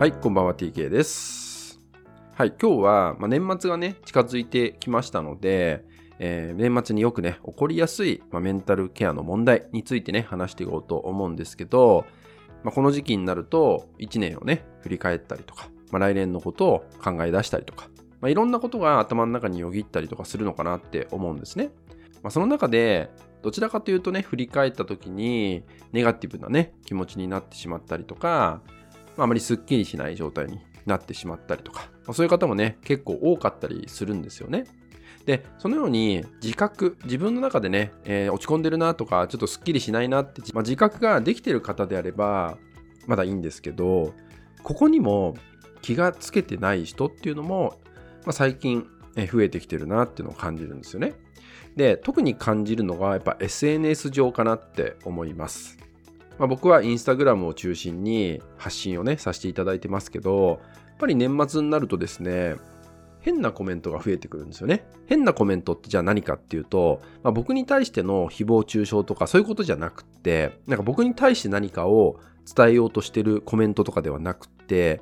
はい、こんばんは TK です。はい、今日は、年末がね、近づいてきましたので、年末によくね、起こりやすい、メンタルケアの問題についてね、話していこうと思うんですけど、この時期になると、1年をね、振り返ったりとか、来年のことを考え出したりとか、いろんなことが頭の中によぎったりとかするのかなって思うんですね。その中で、どちらかというとね、振り返った時に、ネガティブなね、気持ちになってしまったりとか、あまりスッキリしない状態になってしまったりとか、そういう方もね、結構多かったりするんですよね。で、そのように自分の中でね、落ち込んでるなとか、ちょっとスッキリしないなって、自覚ができてる方であれば、まだいいんですけど、ここにも気がつけてない人っていうのも、最近増えてきてるなっていうのを感じるんですよね。で、特に感じるのがやっぱ SNS 上かなって思います。僕はインスタグラムを中心に発信をねさせていただいてますけど、やっぱり年末になるとですね、変なコメントが増えてくるんですよね。変なコメントってじゃあ何かっていうと、僕に対しての誹謗中傷とかそういうことじゃなくって、僕に対して何かを伝えようとしてるコメントとかではなくって、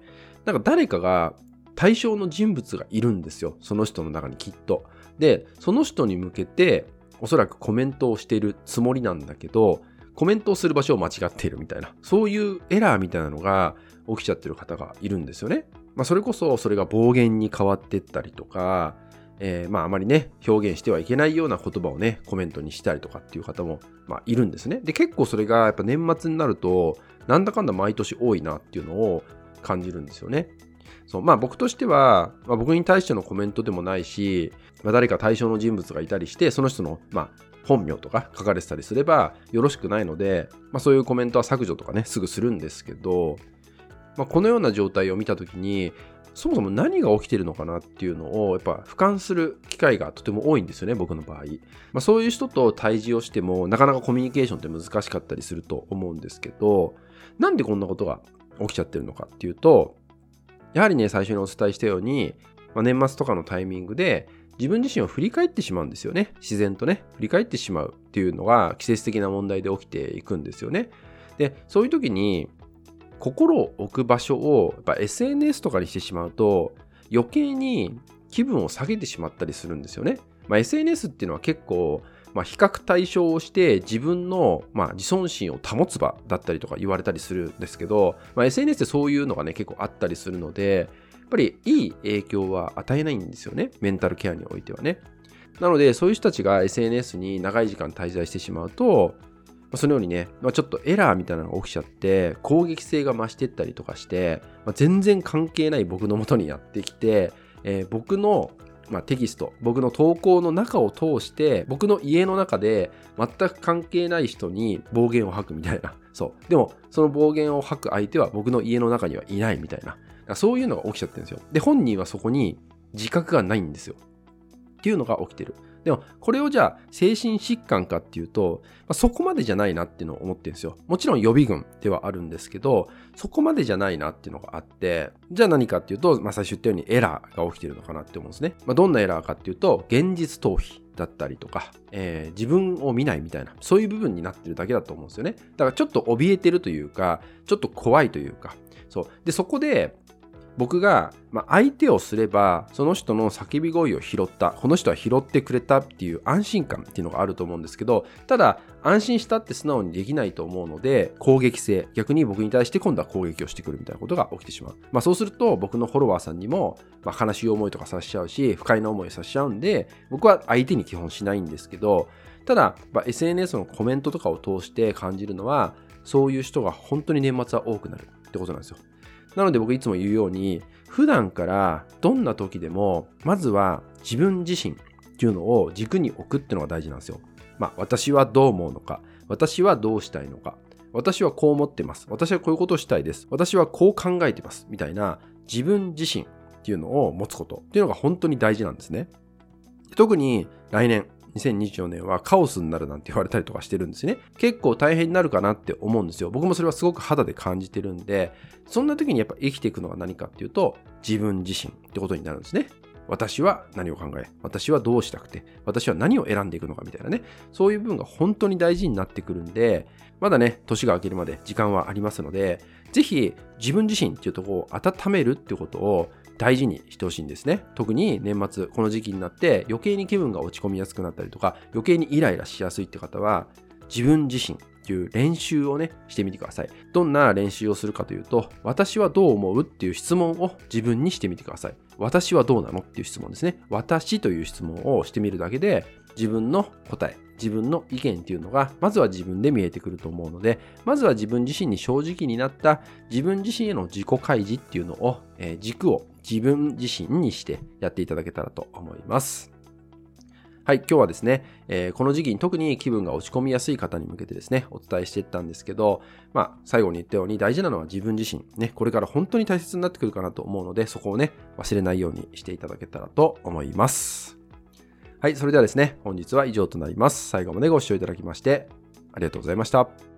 誰かが対象の人物がいるんですよ。その人の中にきっと。で、その人に向けておそらくコメントをしているつもりなんだけど、コメントをする場所を間違っているみたいな、そういうエラーみたいなのが起きちゃってる方がいるんですよね。それこそそれが暴言に変わっていったりとか、あまりね表現してはいけないような言葉をねコメントにしたりとかっていう方もいるんですね。で、結構それがやっぱ年末になるとなんだかんだ毎年多いなっていうのを感じるんですよね。そう、僕としては、僕に対してのコメントでもないし、誰か対象の人物がいたりして、その人の本名とか書かれてたりすればよろしくないので、そういうコメントは削除とかねすぐするんですけど、このような状態を見たときに、そもそも何が起きてるのかなっていうのをやっぱ俯瞰する機会がとても多いんですよね、僕の場合。そういう人と対峙をしてもなかなかコミュニケーションって難しかったりすると思うんですけど、なんでこんなことが起きちゃってるのかっていうと、やはりね、最初にお伝えしたように、年末とかのタイミングで自分自身を振り返ってしまうんですよね。自然とね、振り返ってしまうっていうのが季節的な問題で起きていくんですよね。で、そういう時に心を置く場所をやっぱ SNS とかにしてしまうと余計に気分を下げてしまったりするんですよね。SNS っていうのは結構比較対象をして自分の自尊心を保つ場だったりとか言われたりするんですけど、SNS ってそういうのがね結構あったりするので、やっぱりいい影響は与えないんですよね、メンタルケアにおいてはね。なのでそういう人たちが SNS に長い時間滞在してしまうと、そのようにね、ちょっとエラーみたいなのが起きちゃって攻撃性が増していったりとかして、全然関係ない僕の元にやってきて、僕のテキスト、僕の投稿の中を通して僕の家の中で全く関係ない人に暴言を吐くみたいな。でもその暴言を吐く相手は僕の家の中にはいないみたいな、そういうのが起きちゃってるんですよ。で、本人はそこに自覚がないんですよっていうのが起きてる。でもこれをじゃあ精神疾患かっていうと、そこまでじゃないなっていうのを思ってるんですよ。もちろん予備軍ではあるんですけど、そこまでじゃないなっていうのがあって、じゃあ何かっていうと、最初言ったようにエラーが起きてるのかなって思うんですね。どんなエラーかっていうと、現実逃避だったりとか、自分を見ないみたいな、そういう部分になってるだけだと思うんですよね。だからちょっと怯えてるというか、ちょっと怖いというか、で、そこで僕が相手をすればその人の叫び声を拾った、この人は拾ってくれたっていう安心感っていうのがあると思うんですけど、ただ安心したって素直にできないと思うので、攻撃性、逆に僕に対して今度は攻撃をしてくるみたいなことが起きてしまう。そうすると僕のフォロワーさんにも悲しい思いとかさせちゃうし、不快な思いさせちゃうんで、僕は相手に基本しないんですけど、ただSNS のコメントとかを通して感じるのは、そういう人が本当に年末は多くなるってことなんですよ。なので僕いつも言うように、普段からどんな時でもまずは自分自身っていうのを軸に置くっていうのが大事なんですよ。私はどう思うのか、私はどうしたいのか、私はこう思ってます、私はこういうことをしたいです、私はこう考えてますみたいな自分自身っていうのを持つことっていうのが本当に大事なんですね。特に来年2024年はカオスになるなんて言われたりとかしてるんですね。結構大変になるかなって思うんですよ。僕もそれはすごく肌で感じてるんで、そんな時にやっぱ生きていくのは何かっていうと、自分自身ってことになるんですね。私は何を考え、私はどうしたくて、私は何を選んでいくのかみたいなね、そういう部分が本当に大事になってくるんで、まだね、年が明けるまで時間はありますので、 ぜひ自分自身っていうところを温めるっていうことを大事にしてほしいんですね。特に年末、この時期になって余計に気分が落ち込みやすくなったりとか、余計にイライラしやすいって方は、自分自身っていう練習をね、してみてください。どんな練習をするかというと、私はどう思うっていう質問を自分にしてみてください。私はどうなのっていう質問ですね。私という質問をしてみるだけで、自分の答え、自分の意見っていうのが、まずは自分で見えてくると思うので、まずは自分自身に正直になった自分自身への自己開示っていうのを、軸を自分自身にしてやっていただけたらと思います。はい、今日はですね、この時期に特に気分が落ち込みやすい方に向けてですね、お伝えしていったんですけど、最後に言ったように大事なのは自分自身、ね、これから本当に大切になってくるかなと思うので、そこをね、忘れないようにしていただけたらと思います。はい、それではですね、本日は以上となります。最後までご視聴いただきまして、ありがとうございました。